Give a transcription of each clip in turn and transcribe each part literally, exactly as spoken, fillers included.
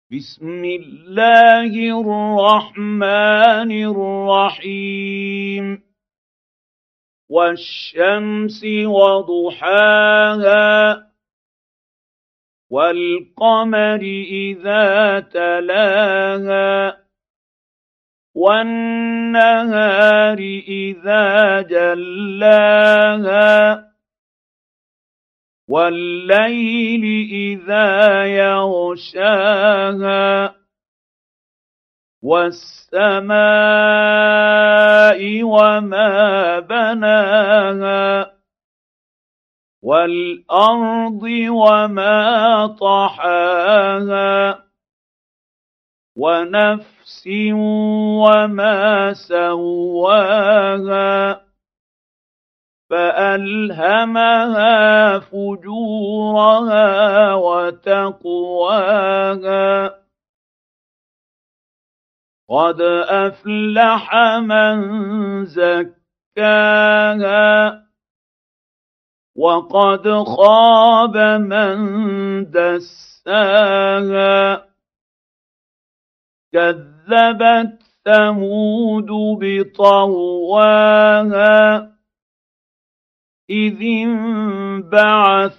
بسم الله الرحمن الرحيم والشمس وضحاها والقمر إذا تلاها والنهار إذا جلاها والليل إذا يغشاها والسماء وما بناها والأرض وما طحاها ونفس وما سواها فألهمها فجورها وتقواها قد أفلح من زكاها وقد خاب من دساها كذبت ثمود بطغواها إذ انبعث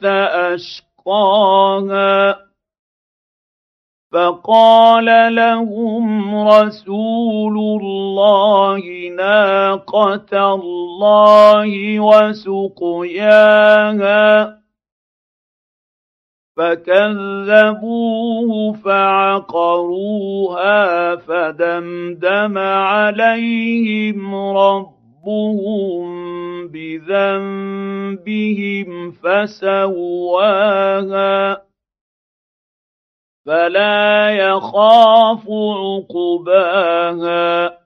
أشقاها فقال لهم رسول الله ناقة الله وسقياها فكذبوه فعقروها فدمدم عليهم ربهم بذنبهم فسواها فلا يخاف عقباها